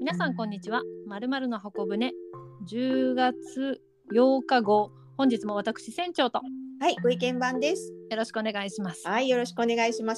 皆さんこんにちは。まるまるの箱舟10月8日号、本日も私船長とはい、ご意見番です。 よろしくお願いします。 はい、よろしくお願いします。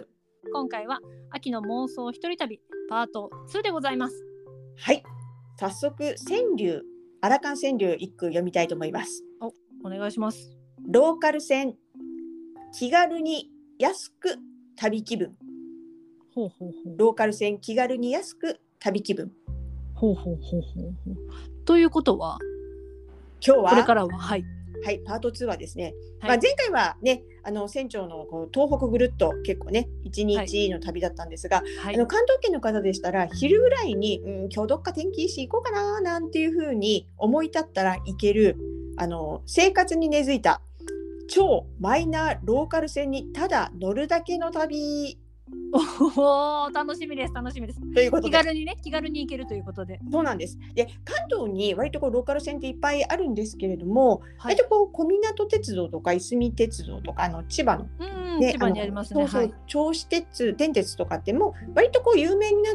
今回は秋の妄想一人旅パート2でございます。 はい、早速川柳、アラカン川柳一句読みたいと思います。 お願いします。 ローカル線、気軽に安く旅気分。 ほうほうほう。 ローカル線、気軽に安く旅気分。 ほうほうほうほうほう。ということは、 今日はこれからははい、 パート2はですね、 はい前回はね、船長の東北ぐるっと結構ね1日の旅だったんですが、 はい、 関東圏の方でしたら昼ぐらいに、今日どっか天気いいし行こうかななんていう風に思い立ったら行ける生活に根付いた超マイナーローカル線にただ乗るだけの旅おー、楽しみですということで、 気軽に行けるということで、 そうなんです。で、関東に割とローカル線っていっぱいあるんですけれども、 はい、 割と小湊鉄道とかいすみ鉄道とか千葉の千葉にありますね。 そう、銚子鉄、電鉄とかっても割と有名になって、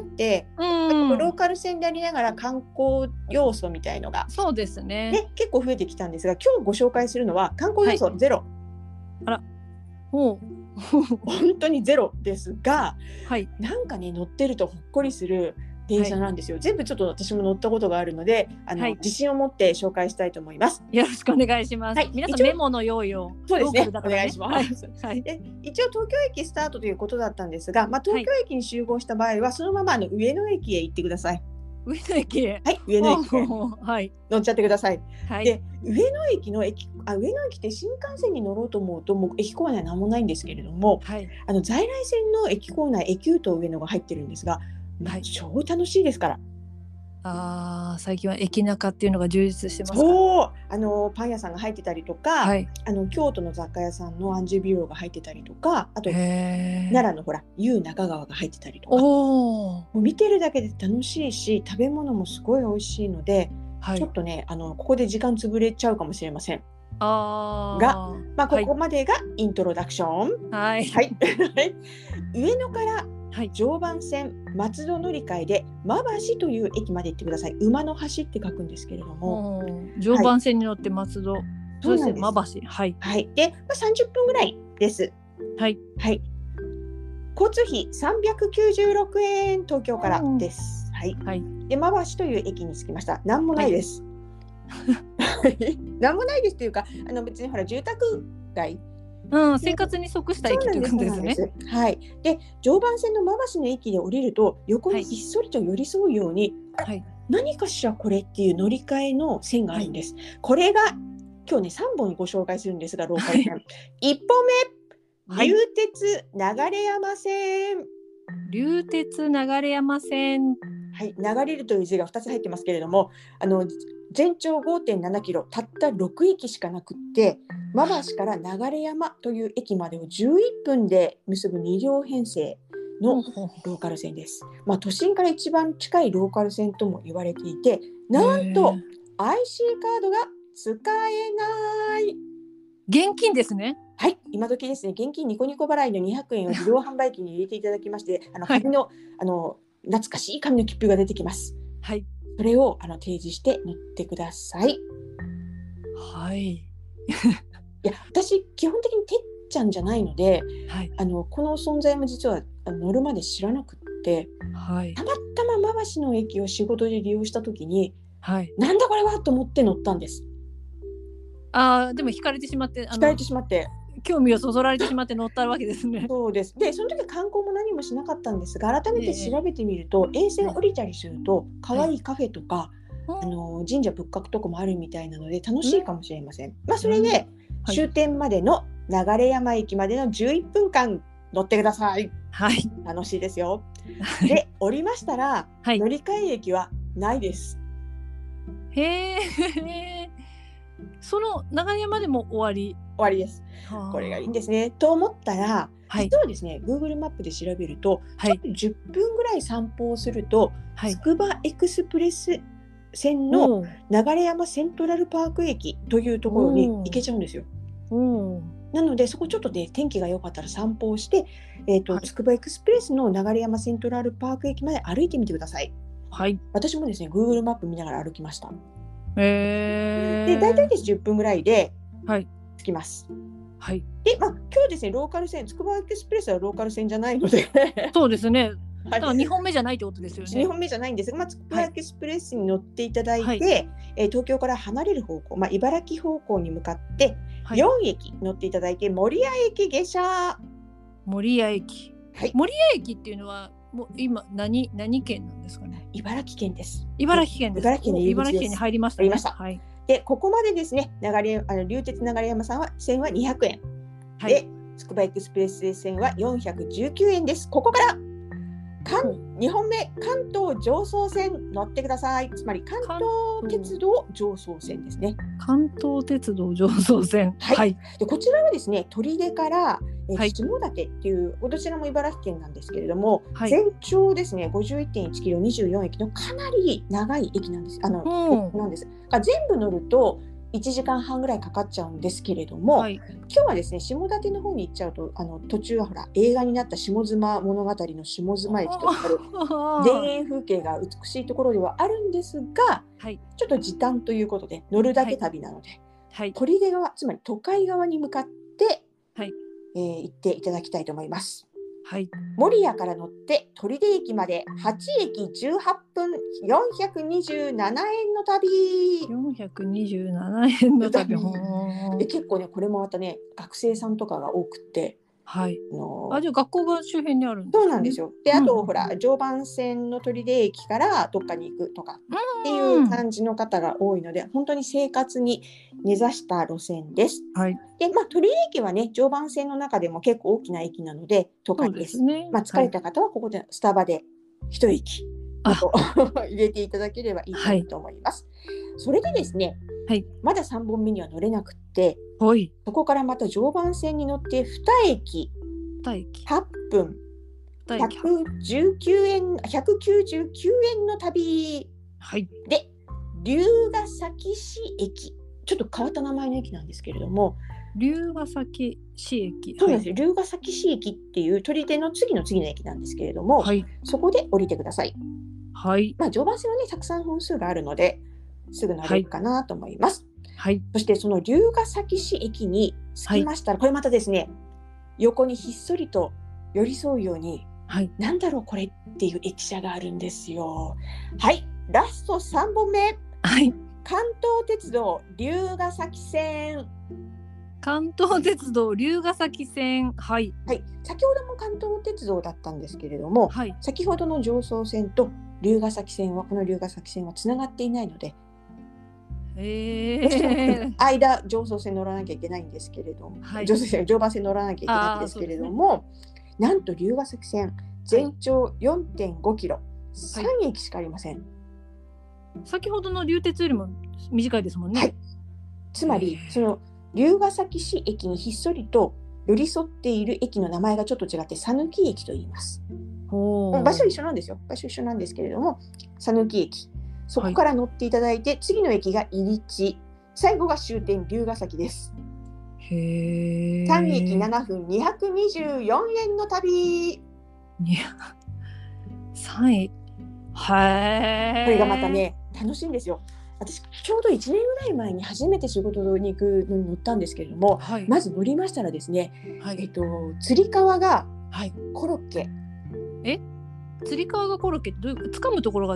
ローカル線でありながら観光要素みたいのが、 そうですね。 結構増えてきたんですが、今日ご紹介するのは観光要素ゼロ。 あら、本当にゼロですが、 はい、 なんかね乗ってるとほっこりする電車なんですよ。全部ちょっと私も乗ったことがあるので、自信を持って紹介したいと思います。 よろしくお願いします。皆さんメモの用意を。 そうですね。お願いします。 で、 一応東京駅スタートということだったんですが、東京駅に集合した場合はそのまま上野駅へ行ってください。 上野駅へ。 はい、上野駅へ乗っちゃってください。で、上野駅って新幹線に乗ろうと思うともう駅構内なんもないんですけれども、在来線の駅構内、駅Uと上野が入ってるんですが、超楽しいですから。 最近は駅中っていうのが充実してますから。 そう、パン屋さんが入ってたりとか、京都の雑貨屋さんのアンジュビュロが入ってたりとか、あと奈良のU中川が入ってたりとか、もう見てるだけで楽しいし、食べ物もすごい美味しいので、ちょっとねここで時間潰れちゃうかもしれませんが、ここまでがイントロダクション。上野から常磐線松戸乗り換えで馬橋という駅まで行ってください。馬の橋って書くんですけれども、 常磐線に乗って松戸、そうですね、馬橋、で、 30分ぐらいです。交通費396円、東京からです。で、馬橋という駅に着きました。なんもないです。なんもないですというか、別に住宅街、 生活に即した駅ということですね。 で、常磐線の馬橋の駅で降りると横にひっそりと寄り添うように、何かしらこれっていう乗り換えの線があるんです。これが今日ね3本ご紹介するんですが、ローカル線。1本目、流鉄流山線。 流鉄流山線。 流れるという字が2つ入ってますけれども、全長 5.7 キロ、たった6駅しかなくって、馬橋から流山という駅までを11分で結ぶ2両編成のローカル線です。都心から一番近いローカル線とも言われていて、なんと IC カードが使えない。 現金ですね。 今時ですね、現金ニコニコ払いの200円を自動販売機に入れていただきまして、紙の懐かしい紙の切符が出てきます。それを提示して乗ってください。いや、私基本的にてっちゃんじゃないので、この存在も実は乗るまで知らなくって、たまたま馬橋の駅を仕事で利用した時に、なんだこれはと思って乗ったんです。 でも惹かれてしまって興味をそそられてしまって乗ったわけですね。 そうです。で、その時は観光も何もしなかったんですが、改めて調べてみると、沿線降りたりすると可愛いカフェとか、神社仏閣とかもあるみたいなので楽しいかもしれません。それで、終点までの流山駅までの11分間乗ってください。楽しいですよ。で、降りましたら、乗り換え駅はないです。 その流山でも終わりです。これがいいんですね。と思ったら、実はですね、Google マップで調べると、10分ぐらい散歩をすると、つくばエクスプレス線の流山セントラルパーク駅というところに行けちゃうんですよ。なのでそこちょっとね天気が良かったら散歩をして、つくばエクスプレスの流山セントラルパーク駅まで歩いてみてください。 はい。 私もですね Google マップ見ながら歩きました。 で大体です10分ぐらいで着きます。 はい。 で、今日ですねローカル線、つくばエクスプレスはローカル線じゃないのでそうですね。だから2本目じゃないってことですよね。 2本目じゃないんですが、つくばエクスプレスに乗っていただいて、東京から離れる方向、茨城方向に向かって4駅乗っていただいて、守谷駅下車。 守谷駅。守谷駅っていうのはもう今何県なんですかね。 茨城県です。 茨城県です。茨城県に入りましたね。 はい。で、ここまでですね、流鉄流山線は200円。で、つくばエクスプレス線は419円です。ここから2本目、関東常総線乗ってください。つまり関東鉄道常総線ですね。 関東鉄道常総線。 はい。でこちらはですね、取手から、下館っていうどちらも茨城県なんですけれども、全長ですね 51.1 キロ24駅のかなり長い駅なんです。なんです。全部乗ると1時間半ぐらいかかっちゃうんですけれども、今日はですね下館の方に行っちゃうと途中はほら映画になった下妻物語の下妻駅とかる田園風景が美しいところではあるんですが、ちょっと時短ということで乗るだけ旅なので、取手側つまり都会側に向かって、行っていただきたいと思います。守谷から乗って取手駅まで8駅18分427円の旅。 427円の旅。 結構ねこれもまたね学生さんとかが多くて、 じゃあ学校が周辺にあるんですか？ そうなんですよ。であと、ほら常磐線の取手駅からどっかに行くとかっていう感じの方が多いので、本当に生活に根ざした路線です。で取手駅はね常磐線の中でも結構大きな駅なので都会です。疲れた方はここでスタバで一息入れていただければいいかなと思います。それでですね、まだ3本目には乗れなくて、そこからまた常磐線に乗って2駅8分199円の旅、で龍ヶ崎市駅、ちょっと変わった名前の駅なんですけれども、 龍ヶ崎市駅。 そうなんですよ。龍ヶ崎市駅っていう取手の次の駅なんですけれども、そこで降りてください。常磐線はねたくさん本数があるのですぐ乗れるかなと思います。そしてその龍ヶ崎市駅に着きましたら、これまたですね横にひっそりと寄り添うように、なんだろうこれっていう駅舎があるんですよ。ラスト3本目、関東鉄道龍ヶ崎線。 関東鉄道龍ヶ崎線。 先ほども関東鉄道だったんですけれども、先ほどの常総線と龍ヶ崎線はこの龍ヶ崎線はつながっていないので、間常総線乗らなきゃいけないんですけれども、常磐線乗らなきゃいけないんですけれども、なんと龍ヶ崎線全長 4.5 キロ、3駅しかありません。 先ほどの流鉄よりも短いですもんね。 つまりその龍ヶ崎市駅にひっそりと寄り添っている駅の名前がちょっと違って讃岐駅と言います。場所一緒なんですよ。場所一緒なんですけれども、讃岐駅、そこから乗っていただいて、次の駅が入地、最後が終点龍ヶ崎です。3駅7分224円の旅。 3駅、 これがまたね楽しいんですよ。私ちょうど1年ぐらい前に初めて仕事に行くのに乗ったんですけれども、まず乗りましたらですね、つり革がコロッケ。 つり革がコロッケってどういう掴むところ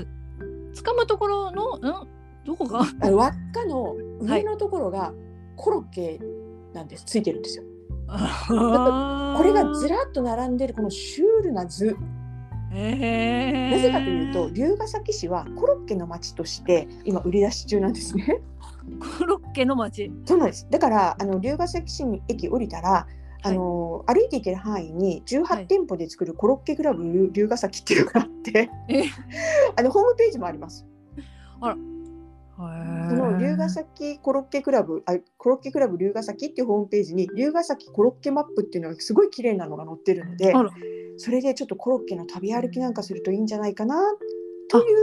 のどこが輪っかの上のところがコロッケなんです、ついてるんですよ。これがずらっと並んでるこのシュールな図、なぜかというと龍ヶ崎市はコロッケの町として今売り出し中なんですね。 コロッケの町。 そうなんです。だから龍ヶ崎市に駅降りたら歩いていける範囲に18店舗で作るコロッケクラブ龍ヶ崎っていうのがあってホームページもあります。その龍ヶ崎コロッケクラブ龍ヶ崎っていうホームページに龍ヶ崎コロッケマップっていうのがすごい綺麗なのが載ってるので、それでちょっとコロッケの旅歩きなんかするといいんじゃないかなという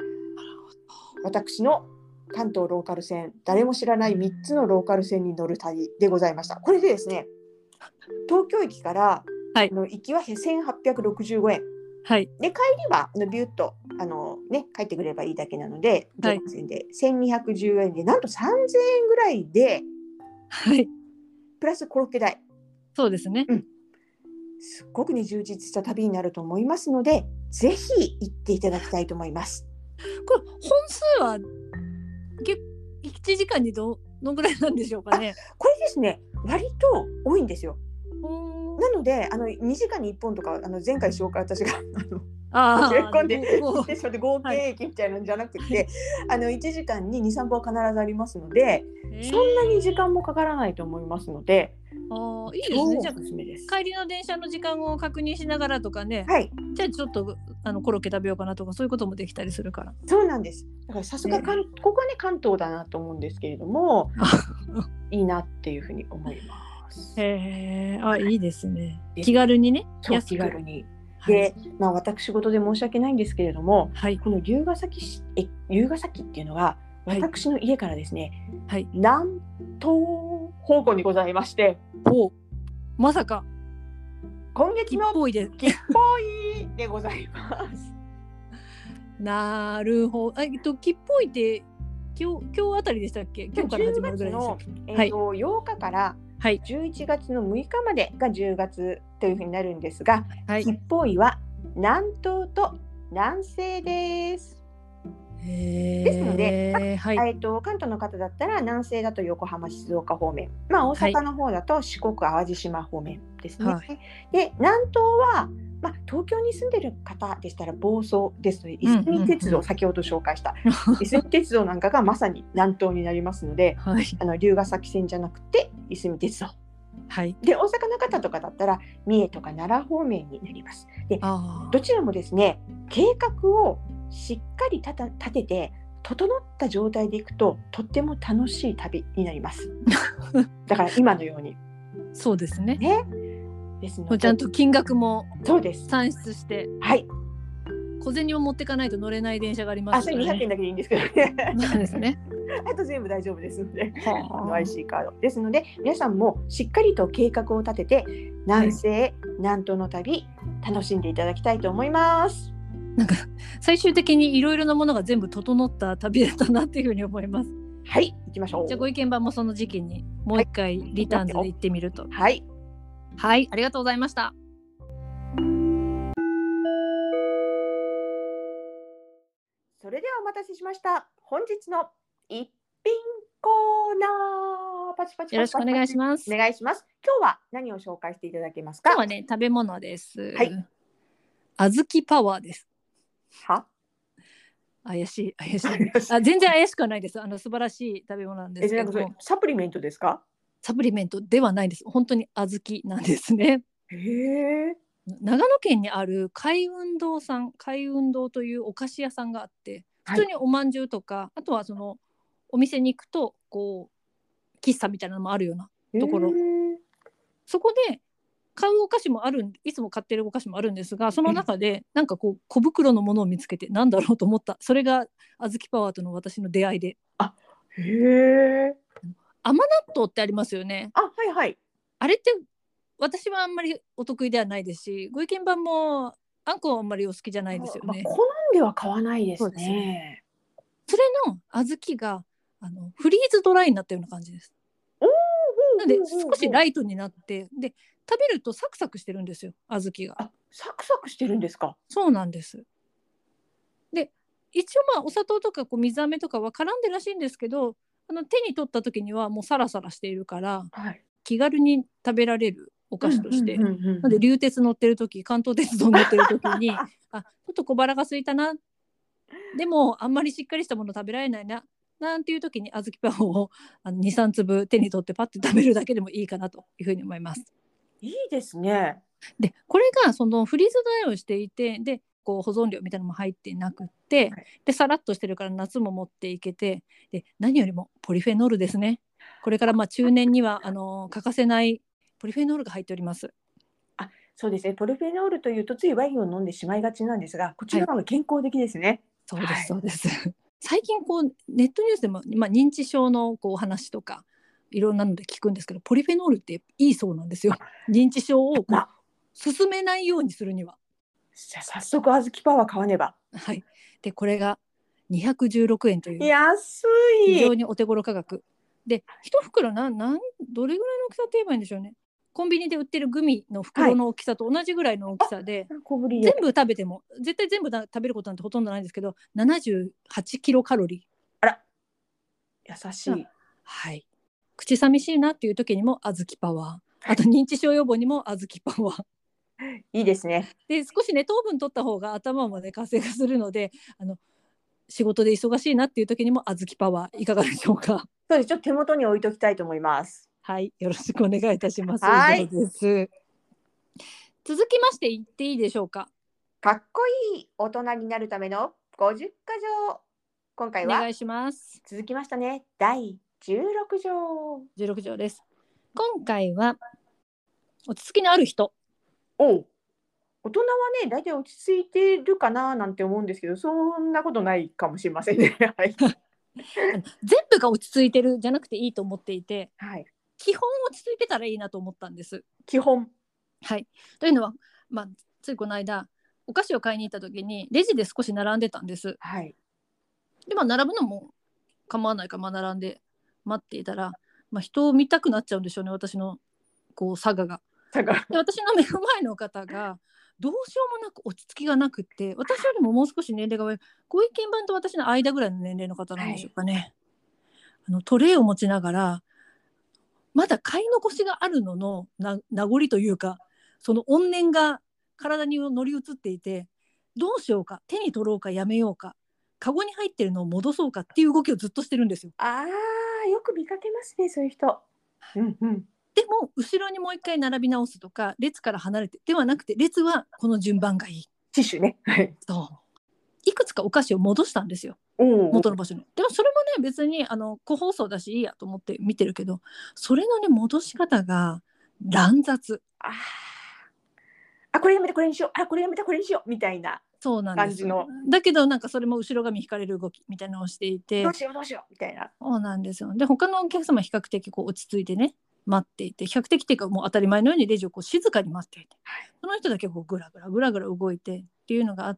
私の関東ローカル線、誰も知らない3つのローカル線に乗る旅でございました。これでですね、東京駅からの行きは1865円、 はい、 で帰りはビュッと帰ってくればいいだけなので、 はい、 で1210円でなんと3000円ぐらいで、 はい、 プラスコロッケ代。 そうですね。 すっごくね充実した旅になると思いますので、ぜひ行っていただきたいと思います。 これ本数は1時間にどのぐらいなんでしょうかね。 これですね、割と多いんですよ。なので2時間に1本とか前回紹介私が込んで合計駅みたいなのじゃなくて、1時間に 2,3 本必ずありますので、そんなに時間もかからないと思いますので、 いいですね。じゃあおすすめです。 帰りの電車の時間を確認しながらとかね、 はい、 じゃあちょっとコロッケ食べようかなとか、そういうこともできたりするから。 そうなんです。だからさすがここはね関東だなと思うんですけれどもいいなっていうふうに思います。 いいですね。気軽にね、 気軽に。で、私事で申し訳ないんですけれども、この龍ヶ崎っていうのが私の家からですね、南東方向にございまして、 まさか今月の吉報医でございます。 なるほど。吉報医って今日あたりでしたっけ？今日から始まるぐらいでしたっけ ？8日から11月の6日までが10月というふうになるんですが、吉報医は南東と南西です。ですので、関東の方だったら南西だと横浜静岡方面、大阪の方だと四国淡路島方面ですね。で南東は、東京に住んでる方でしたら房総ですといすみ鉄道、先ほど紹介したいすみ鉄道なんかがまさに南東になりますので、龍ヶ崎線じゃなくていすみ鉄道。で大阪の方とかだったら三重とか奈良方面になります。でどちらもですね、計画をしっかり立てて整った状態でいくととっても楽しい旅になります。だから今のようにそうですね。 ですのでちゃんと金額も算出して、小銭を持っていかないと乗れない電車がありますからね。 それ200円だけでいいんですけどね。 そうですね。 あと全部大丈夫ですので、IC カードですので、皆さんもしっかりと計画を立てて南西、南東の旅楽しんでいただきたいと思います。 なんか最終的にいろいろなものが全部整った旅だったなっていうふうに思います。 はい、行きましょう。 じゃあご意見番もその時期にもう一回リターンズで行ってみると。はい、ありがとうございました。 それではお待たせしました。本日の一品コーナー、パチパチパチパチ。 よろしくお願いします。 お願いします。今日は何を紹介していただけますか？ 今日はね、食べ物です。小豆パワーです。怪しい全然怪しくはないです。素晴らしい食べ物なんですけども、 サプリメントですか？ サプリメントではないです。本当に小豆なんですね。長野県にある海運堂というお菓子屋さんがあって、普通におまんじゅうとか、あとはそのお店に行くとこう喫茶みたいなのもあるようなところ、そこで買うお菓子もいつも買ってるお菓子もあるんですが、その中でなんかこう小袋のものを見つけてなんだろうと思った。それが小豆パワーとの私の出会いで。甘納豆ってありますよね。あれって私はあんまりお得意ではないですし、ご意見番もあんこはあんまりお好きじゃないですよね。 好んでは買わないですね。 それの小豆がフリーズドライになったような感じです。なので少しライトになって、で食べるとサクサクしてるんですよ、小豆が。 サクサクしてるんですか？ そうなんです。で一応お砂糖とか水飴とかは絡んでらしいんですけど、手に取った時にはもうサラサラしているから、気軽に食べられるお菓子として、なので流鉄乗ってる時、関東鉄道乗ってる時にちょっと小腹が空いたな、でもあんまりしっかりしたもの食べられないななんていう時に小豆パンを 2,3 粒手に取ってパッて食べるだけでもいいかなというふうに思います。 いいですね。 でこれがそのフリーズドライをしていて、で保存料みたいなのも入ってなくって、でさらっとしてるから夏も持っていけて、で何よりもポリフェノールですね。これから中年には欠かせないポリフェノールが入っております。 そうですね。ポリフェノールというとついワインを飲んでしまいがちなんですが、こちらの方が健康的ですね。 そうです、そうです。最近ネットニュースでも、認知症のお話とかいろんなので聞くんですけど、ポリフェノールっていいそうなんですよ。認知症を進めないようにするには。 じゃあ早速あずきパワー買わねば。 はい。でこれが216円という安い。 非常にお手頃価格で、一袋どれぐらいの大きさって言えばいいんでしょうね。コンビニで売ってるグミの袋の大きさと同じぐらいの大きさで、全部食べても絶対全部食べることなんてほとんどないんですけど、78キロカロリー。 あら、優しい。 はい。口寂しいなっていう時にもあずきパワー、あと認知症予防にもあずきパワーいいですね。 で少しね糖分取った方が頭もね活性化するので、仕事で忙しいなっていう時にもあずきパワーいかがでしょうか。 そうです。ちょっと手元に置いときたいと思います。 はい、よろしくお願いいたします。 はい。 以上です。続きまして言っていいでしょうか。 かっこいい大人になるための50箇条。今回はお願いします。 続きましたね。第16条。 16条です。今回は落ち着きのある人。 大人はね、大体落ち着いてるかななんて思うんですけど、そんなことないかもしれませんね。はい。 全部が落ち着いてるじゃなくていいと思っていて、 はい、 基本落ち着いてたらいいなと思ったんです。 基本。 はい。というのは、ついこの間お菓子を買いに行った時にレジで少し並んでたんです。 はい。 で並ぶのも構わないから、並んで待っていたら、人を見たくなっちゃうんでしょうね、私のこう差が。で私の目の前の方がどうしようもなく落ち着きがなくって、私よりももう少し年齢が上、ご意見番と私の間ぐらいの年齢の方なんでしょうかね。はい、トレイを持ちながらまだ買い残しがあるのの名残というか、その怨念が体に乗り移っていて、どうしようか、手に取ろうかやめようか、カゴに入ってるのを戻そうかっていう動きをずっとしてるんですよ。 ああ、よく見かけますね、そういう人。うんうん。 でも後ろにもう一回並び直すとか、列から離れてではなくて、列はこの順番がいい。 ティッシュね。 そういくつかお菓子を戻したんですよ、元の場所に。でもそれもね、別に個包装だしいいやと思って見てるけど、それのね戻し方が乱雑。 これやめてこれにしよう、これやめてこれにしようみたいな感じの。 だけどなんかそれも後ろ髪引かれる動きみたいなのをしていて、 どうしようどうしようみたいな。 そうなんですよ。で他のお客様は比較的こう落ち着いてね待っていて、比較的っていうかもう当たり前のようにレジをこう静かに待っていて、その人だけこうグラグラ動いてっていうのがあって、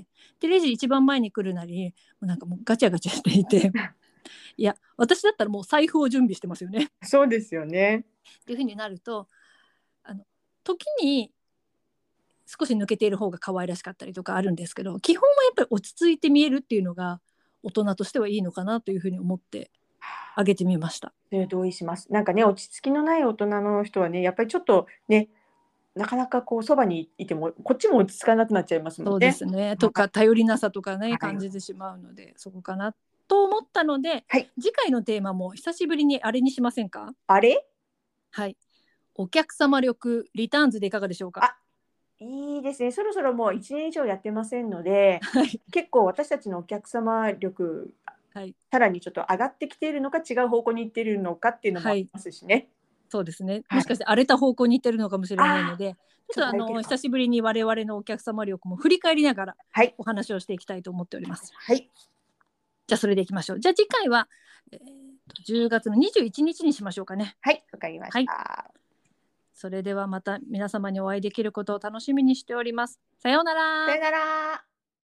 でレジ一番前に来るなりなんかもうガチャガチャしていていや私だったらもう財布を準備してますよね。 そうですよね。 っていうふうになると、時に少し抜けている方が可愛らしかったりとかあるんですけど、基本はやっぱり落ち着いて見えるっていうのが大人としてはいいのかなというふうに思ってあげてみました。 同意します。なんかね、落ち着きのない大人の人はね、やっぱりちょっとね、なかなかこうそばにいてもこっちも落ち着かなくなっちゃいますもんね。 そうですね。とか頼りなさとかね、感じてしまうので、そこかなと思ったので、次回のテーマも久しぶりにあれにしませんか？ あれ？ はい。お客様力リターンズでいかがでしょうか？ いいですね。そろそろもう1年以上やってませんので、結構私たちのお客様力、さらにちょっと上がってきているのか違う方向に行っているのかっていうのもありますしね。 そうですね。もしかして荒れた方向に行ってるのかもしれないので、ちょっと久しぶりに我々のお客様力も振り返りながらお話をしていきたいと思っております。 はい。 じゃあそれでいきましょう。じゃあ次回は、10月の21日にしましょうかね。 はい、わかりました。はい、 それではまた皆様にお会いできることを楽しみにしております。さようなら。 さようなら。